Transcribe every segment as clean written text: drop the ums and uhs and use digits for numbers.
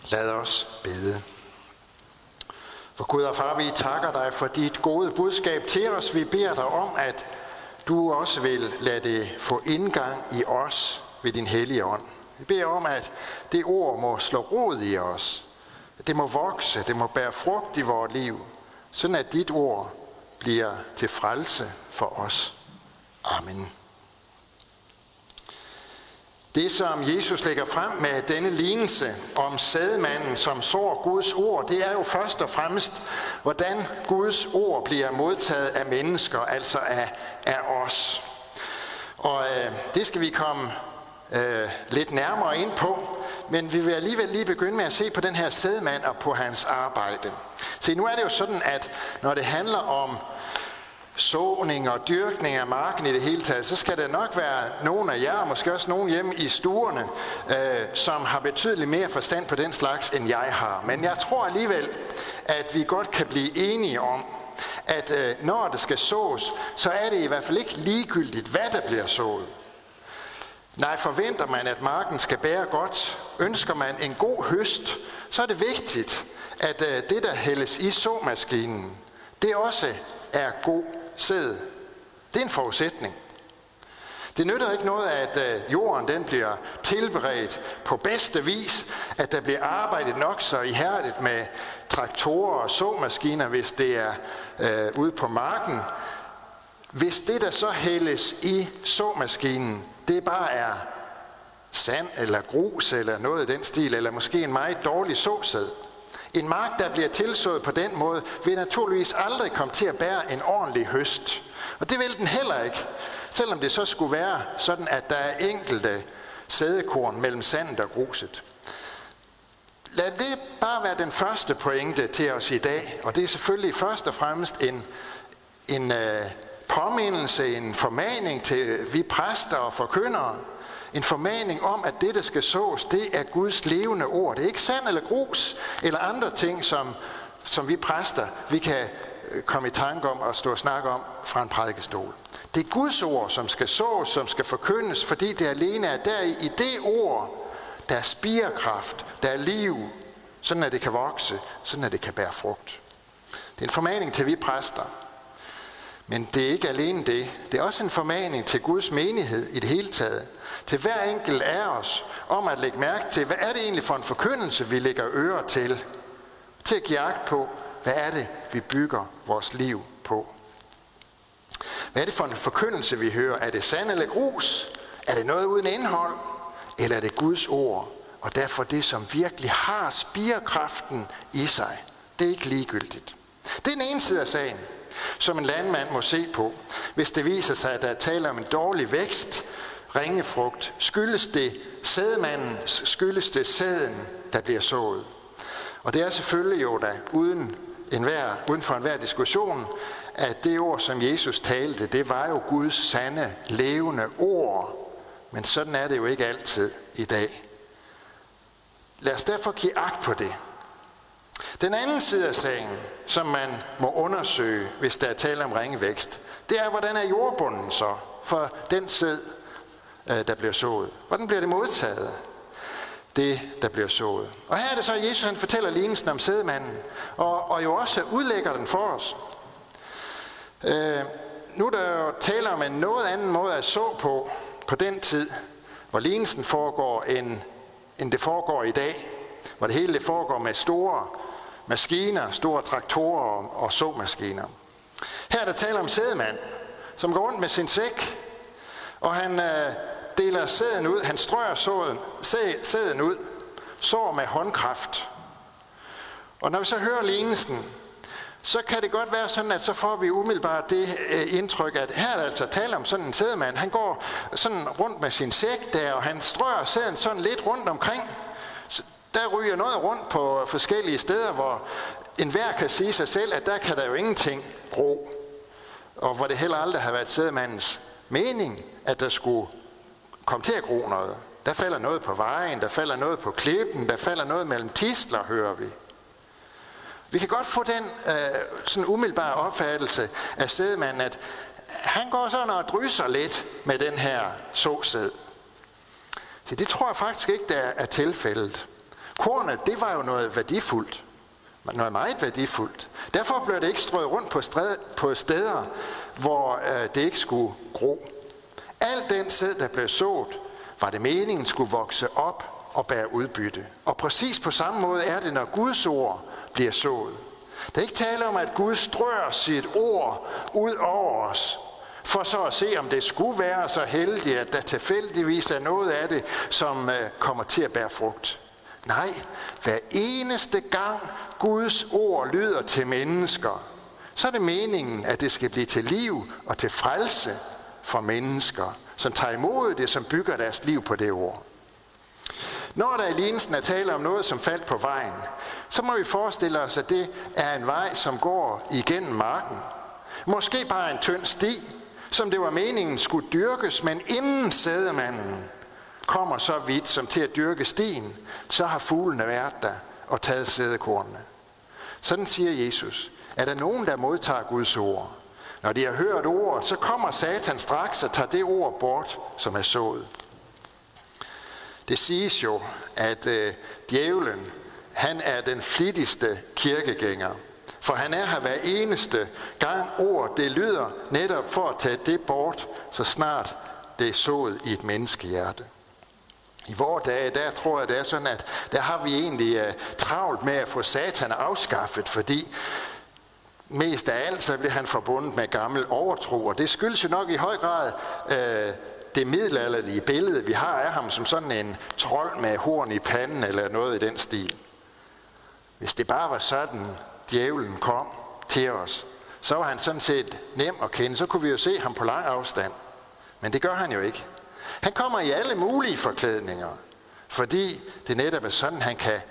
Lad os bede. For Gud og Far, vi takker dig for dit gode budskab til os. Vi beder dig om, at du også vil lade det få indgang i os ved din hellige ånd. Vi beder om, at det ord må slå rod i os. At det må vokse, det må bære frugt i vores liv. Sådan at dit ord bliver til frelse for os. Amen. Det, som Jesus lægger frem med denne lignelse om sædemanden, som sår Guds ord, det er jo først og fremmest, hvordan Guds ord bliver modtaget af mennesker, altså af os. Og det skal vi komme lidt nærmere ind på, men vi vil alligevel lige begynde med at se på den her sædemand og på hans arbejde. Se, nu er det jo sådan, at når det handler om såning og dyrkning af marken i det hele taget, så skal der nok være nogle af jer, og måske også nogen hjemme i stuerne, som har betydeligt mere forstand på den slags, end jeg har. Men jeg tror alligevel, at vi godt kan blive enige om, at når det skal sås, så er det i hvert fald ikke ligegyldigt, hvad der bliver sået. Nej, forventer man, at marken skal bære godt, ønsker man en god høst, så er det vigtigt, at det, der hældes i såmaskinen, det også er god sæd. Det er en forudsætning. Det nytter ikke noget, at jorden den bliver tilberedt på bedste vis, at der bliver arbejdet nok så ihærdigt med traktorer og såmaskiner, hvis det er ude på marken. Hvis det, der så hældes i såmaskinen, det bare er sand eller grus eller noget i den stil, eller måske en meget dårlig såsæd. En mark, der bliver tilsået på den måde, vil naturligvis aldrig komme til at bære en ordentlig høst. Og det vil den heller ikke, selvom det så skulle være sådan, at der er enkelte sædekorn mellem sandet og gruset. Lad det bare være den første pointe til os i dag, og det er selvfølgelig først og fremmest en påmindelse, en formaning til vi præster og forkyndere. En formaning om, at det, der skal sås, det er Guds levende ord. Det er ikke sand eller grus eller andre ting, som vi præster, vi kan komme i tanke om og stå og snakke om fra en prædikestol. Det er Guds ord, som skal sås, som skal forkyndes, fordi det alene er der i det ord, der er spirekraft, der er liv, sådan at det kan vokse, sådan at det kan bære frugt. Det er en formaning til vi præster. Men det er ikke alene det. Det er også en formaning til Guds menighed i det hele taget. Til hver enkelt af os, om at lægge mærke til, hvad er det egentlig for en forkyndelse, vi lægger øre til. Til at give agt på, hvad er det, vi bygger vores liv på. Hvad er det for en forkyndelse, vi hører? Er det sand eller grus? Er det noget uden indhold? Eller er det Guds ord? Og derfor det, som virkelig har spirekraften i sig. Det er ikke ligegyldigt. Det er den ene side af sagen, som en landmand må se på, hvis det viser sig, at der er tale om en dårlig vækst, ringefrugt. Skyldes det sædemanden, skyldes det sæden, der bliver sået. Og det er selvfølgelig jo da uden for enhver diskussion, at det ord, som Jesus talte, det var jo Guds sande, levende ord. Men sådan er det jo ikke altid i dag. Lad os derfor give agt på det. Den anden side af sagen, som man må undersøge, hvis der er tale om ringevækst, det er, hvordan er jordbunden så for den sæd, der bliver sået. Hvordan bliver det modtaget, det der bliver sået. Og her er det så, at Jesus han fortæller lignelsen om sædemanden, og jo også udlægger den for os. Nu er der jo tale om en noget anden måde at så på den tid, hvor lignelsen foregår, end det foregår i dag. Hvor det hele det foregår med store maskiner, store traktorer og såmaskiner. Her er der tale om sædemand, som går rundt med sin sæk, og han deler sæden ud, han strøger sæden ud, sår med håndkraft. Og når vi så hører lignelsen, så kan det godt være sådan, at så får vi umiddelbart det indtryk, at her er der altså tale om sådan en sædemand. Han går sådan rundt med sin sæk der, og han strøger sæden sådan lidt rundt omkring. Der ryger noget rundt på forskellige steder, hvor enhver kan sige sig selv, at der kan der jo ingenting gro. Og hvor det heller aldrig har været sædemandens mening, at der skulle komme til at gro noget. Der falder noget på vejen, der falder noget på klippen, der falder noget mellem tistler, hører vi. Vi kan godt få den sådan umiddelbare opfattelse af sædemanden, at han går sådan og drysser lidt med den her såsæd. Så det tror jeg faktisk ikke, der er tilfældet. Kornet, det var jo noget værdifuldt. Noget meget værdifuldt. Derfor blev det ikke strøget rundt på steder, hvor det ikke skulle gro. Al den sæd, der blev sået, var det meningen skulle vokse op og bære udbytte. Og præcis på samme måde er det, når Guds ord bliver sået. Der er ikke tale om, at Gud strør sit ord ud over os, for så at se, om det skulle være så heldigt, at der tilfældigvis er noget af det, som kommer til at bære frugt. Nej, hver eneste gang Guds ord lyder til mennesker, så er det meningen, at det skal blive til liv og til frelse for mennesker, som tager imod det, som bygger deres liv på det ord. Når der i lignelsen er tale om noget, som faldt på vejen, så må vi forestille os, at det er en vej, som går igennem marken. Måske bare en tynd sti, som det var meningen skulle dyrkes, men inden sædemanden kommer så vidt som til at dyrke stien, så har fuglene været der og taget sædekornene. Sådan siger Jesus. Er der nogen, der modtager Guds ord? Når de har hørt ordet, så kommer Satan straks og tager det ord bort, som er sået. Det siges jo, at djævlen, han er den flittigste kirkegænger. For han er her hver eneste gang ord, det lyder netop for at tage det bort, så snart det er sået i et menneskehjerte. I vore dage, der tror jeg, det er sådan, at der har vi egentlig travlt med at få Satan afskaffet, fordi mest af alt, så bliver han forbundet med gammel overtro, og det skyldes jo nok i høj grad det middelalderlige billede, vi har af ham som sådan en trold med horn i panden eller noget i den stil. Hvis det bare var sådan, djævlen kom til os, så var han sådan set nem at kende, så kunne vi jo se ham på lang afstand. Men det gør han jo ikke. Han kommer i alle mulige forklædninger, fordi det netop er sådan, han kan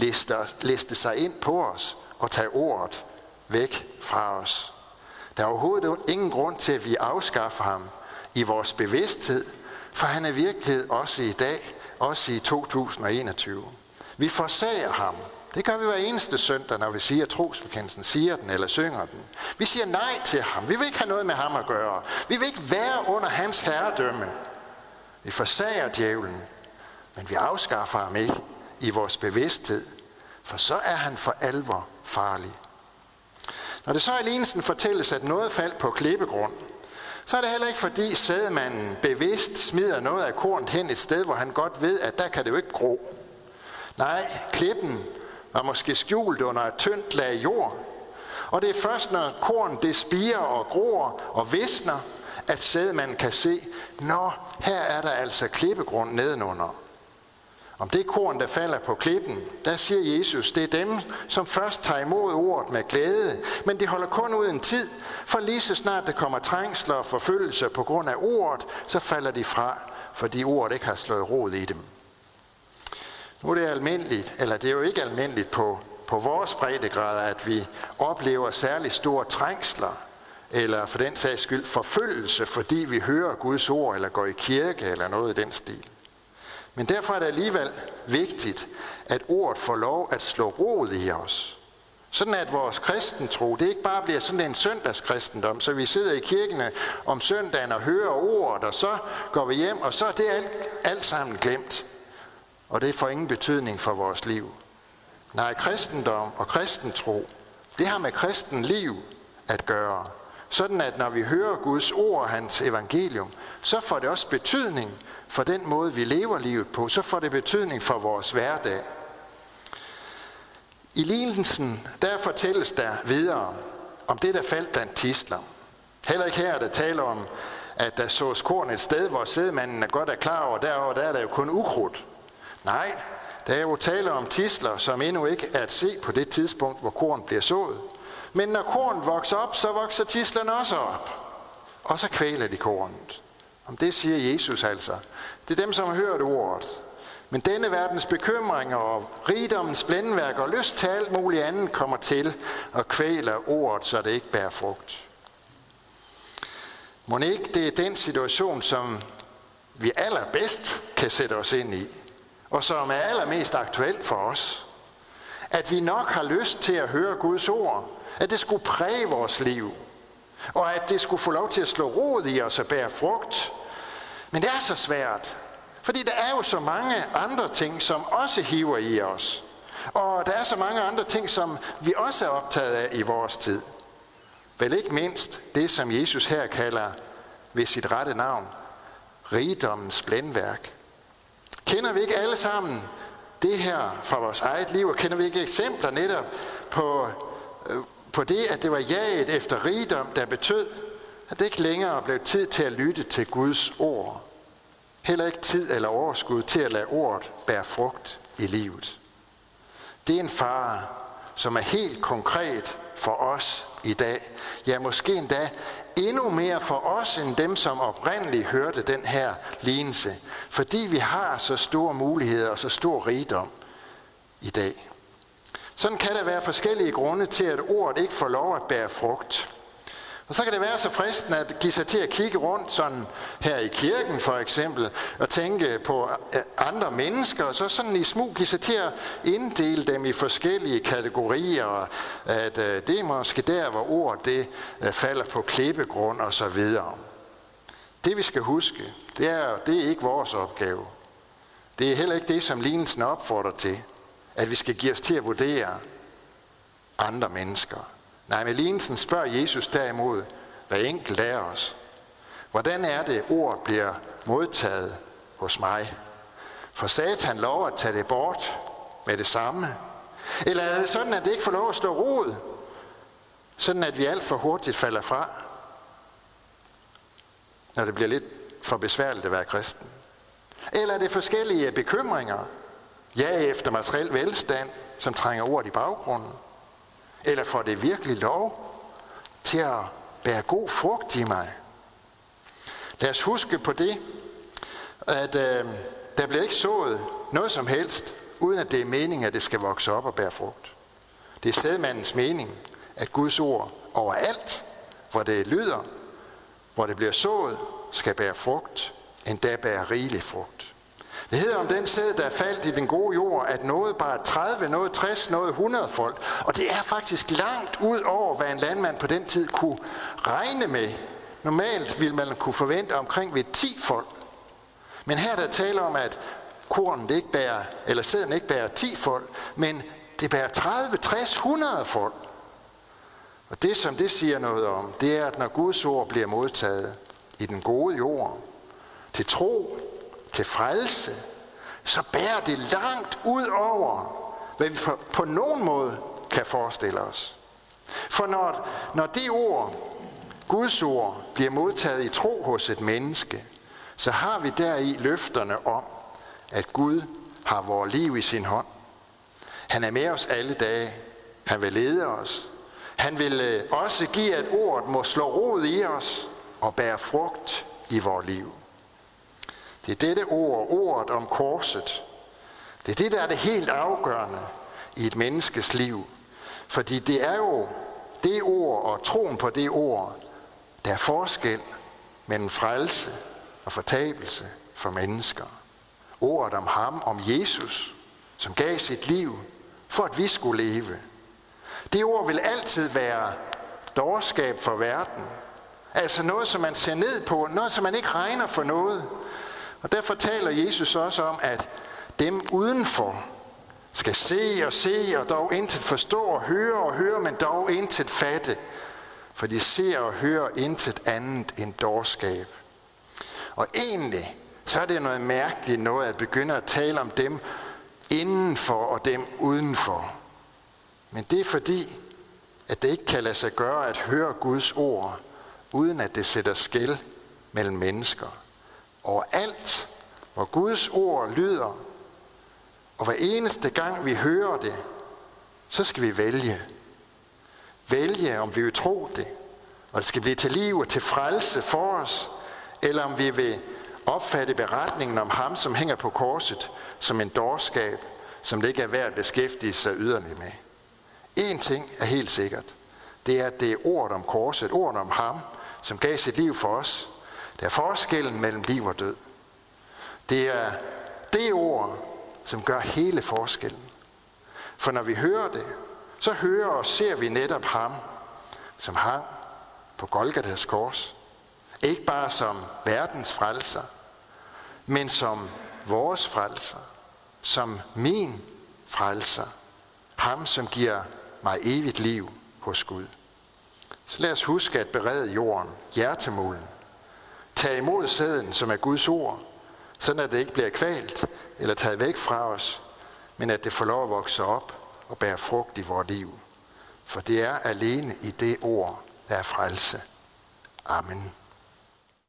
liste sig ind på os og tage ordet væk fra os. Der er overhovedet ingen grund til, at vi afskaffer ham i vores bevidsthed, for han er virkelighed også i dag, også i 2021. Vi forsager ham. Det gør vi hver eneste søndag, når vi siger trosbekendelsen, siger den eller synger den. Vi siger nej til ham. Vi vil ikke have noget med ham at gøre. Vi vil ikke være under hans herredømme. Vi forsager djævlen, men vi afskaffer ham ikke i vores bevidsthed, for så er han for alvor farlig. Når det så i lignelsen fortælles, at noget faldt på klippegrund, så er det heller ikke fordi sædemanden bevidst smider noget af kornet hen et sted, hvor han godt ved, at der kan det jo ikke gro. Nej, klippen var måske skjult under et tyndt lag jord, og det er først, når korn det spirer og gror og visner, at sædemanden kan se, nå, her er der altså klippegrund nedenunder. Om det korn, der falder på klippen, der siger Jesus, det er dem, som først tager imod ordet med glæde, men det holder kun ud en tid, for lige så snart der kommer trængsler og forfølgelser på grund af ordet, så falder de fra, fordi ordet ikke har slået rod i dem. Nu er det almindeligt, eller det er jo ikke almindeligt på vores breddegrader, at vi oplever særlig store trængsler, eller for den sags skyld forfølgelse, fordi vi hører Guds ord, eller går i kirke, eller noget i den stil. Men derfor er det alligevel vigtigt, at ordet får lov at slå rod i os. Sådan at vores kristentro, det ikke bare bliver sådan en søndagskristendom, så vi sidder i kirkene om søndagen og hører ordet, og så går vi hjem, og så er det alt sammen glemt. Og det får ingen betydning for vores liv. Nej, kristendom og kristentro, det har med kristen liv at gøre. Sådan at når vi hører Guds ord og hans evangelium, så får det også betydning for den måde, vi lever livet på. Så får det betydning for vores hverdag. I lignelsen, der fortælles der videre om det, der faldt blandt tidsler. Heller ikke her er der tale om, at der sås korn et sted, hvor sædemanden er godt klar over, derovre der er der jo kun ukrudt. Nej, der er jo tale om tidsler, som endnu ikke er at se på det tidspunkt, hvor korn bliver sået. Men når korn vokser op, så vokser tidslerne også op. Og så kvæler de kornet. Om det siger Jesus altså. Det er dem, som har hørt ordet. Men denne verdens bekymringer og rigdommens blændværk og lyst til alt muligt andet kommer til og kvæler ordet, så det ikke bærer frugt. Mon ikke det er den situation, som vi allerbedst kan sætte os ind i, og som er allermest aktuelt for os. At vi nok har lyst til at høre Guds ord, at det skulle præge vores liv, og at det skulle få lov til at slå rod i os og bære frugt. Men det er så svært, fordi der er jo så mange andre ting, som også hiver i os. Og der er så mange andre ting, som vi også er optaget af i vores tid. Vel ikke mindst det, som Jesus her kalder ved sit rette navn, rigdommens blændværk. Kender vi ikke alle sammen det her fra vores eget liv, og kender vi ikke eksempler netop på det, at det var jaget efter rigdom, der betød, at det ikke længere blev tid til at lytte til Guds ord. Heller ikke tid eller overskud til at lade ordet bære frugt i livet. Det er en fare, som er helt konkret for os i dag. Ja, måske endda endnu mere for os, end dem, som oprindeligt hørte den her lignelse. Fordi vi har så store muligheder og så stor rigdom i dag. Sådan kan der være forskellige grunde til, at ordet ikke får lov at bære frugt. Og så kan det være så fristende at give sig til at kigge rundt sådan her i kirken for eksempel, og tænke på andre mennesker, og så sådan i smug give sig til at inddele dem i forskellige kategorier, og at det er måske der, hvor ordet det falder på klippegrund og så videre. Det vi skal huske, det er ikke vores opgave. Det er heller ikke det, som lignelsen opfordrer til, at vi skal give os til at vurdere andre mennesker. Nej, med lignelsen spørger Jesus derimod hver enkelt af os. Hvordan er det, ordet bliver modtaget hos mig? For Satan lover at tage det bort med det samme? Eller er det sådan, at det ikke får lov at slå rod? Sådan at vi alt for hurtigt falder fra, når det bliver lidt for besværligt at være kristen? Eller er det forskellige bekymringer? Ja, efter materiel velstand, som trænger ordet i baggrunden? Eller får det virkelig lov til at bære god frugt i mig? Lad os huske på det, at der bliver ikke sået noget som helst, uden at det er meningen, at det skal vokse op og bære frugt. Det er stedmandens mening, at Guds ord overalt, hvor det lyder, hvor det bliver sået, skal bære frugt, endda bære rigelig frugt. Det hedder om den sæd, der er faldt i den gode jord, at noget bare 30, noget 60, noget 100 folk. Og det er faktisk langt ud over, hvad en landmand på den tid kunne regne med. Normalt ville man kunne forvente omkring ved 10 folk. Men her der taler om, at kornen ikke bærer, eller sæden ikke bærer 10 folk, men det bærer 30, 60, 100 folk. Og det, som det siger noget om, det er, at når Guds ord bliver modtaget i den gode jord, til tro, til frelse, så bærer det langt ud over, hvad vi på nogen måde kan forestille os. For når det ord, Guds ord, bliver modtaget i tro hos et menneske, så har vi deri løfterne om, at Gud har vores liv i sin hånd. Han er med os alle dage. Han vil lede os. Han vil også give, at ordet må slå rod i os og bære frugt i vores liv. Det er dette ord, ordet om korset. Det er det, der er det helt afgørende i et menneskes liv. Fordi det er jo det ord og troen på det ord, der er forskel mellem frelse og fortabelse for mennesker. Ordet om ham, om Jesus, som gav sit liv, for at vi skulle leve. Det ord vil altid være dårskab for verden. Altså noget, som man ser ned på, noget, som man ikke regner for noget. Og derfor taler Jesus også om, at dem udenfor skal se og dog intet forstå og høre, men dog intet fatte. For de ser og hører intet andet end dårskab. Og egentlig, så er det noget mærkeligt noget at begynde at tale om dem indenfor og dem udenfor. Men det er fordi, at det ikke kan lade sig gøre at høre Guds ord, uden at det sætter skel mellem mennesker. Og alt, hvor Guds ord lyder, og hver eneste gang vi hører det, så skal vi vælge. Vælge, om vi vil tro det, og det skal blive til liv og til frelse for os, eller om vi vil opfatte beretningen om ham, som hænger på korset, som en dårskab, som det ikke er værd at beskæftige sig yderligere med. En ting er helt sikkert. Det er, at det er ordet om korset, ordet om ham, som gav sit liv for os. Det er forskellen mellem liv og død. Det er det ord, som gør hele forskellen. For når vi hører det, så hører og ser vi netop ham, som hang på Golgatas kors. Ikke bare som verdens frelser, men som vores frelser, som min frelser, ham, som giver mig evigt liv hos Gud. Så lad os huske at berede jorden, hjertemålen. Tag imod sæden, som er Guds ord, sådan at det ikke bliver kvalt eller taget væk fra os, men at det får lov at vokse op og bære frugt i vores liv. For det er alene i det ord, der er frelse. Amen.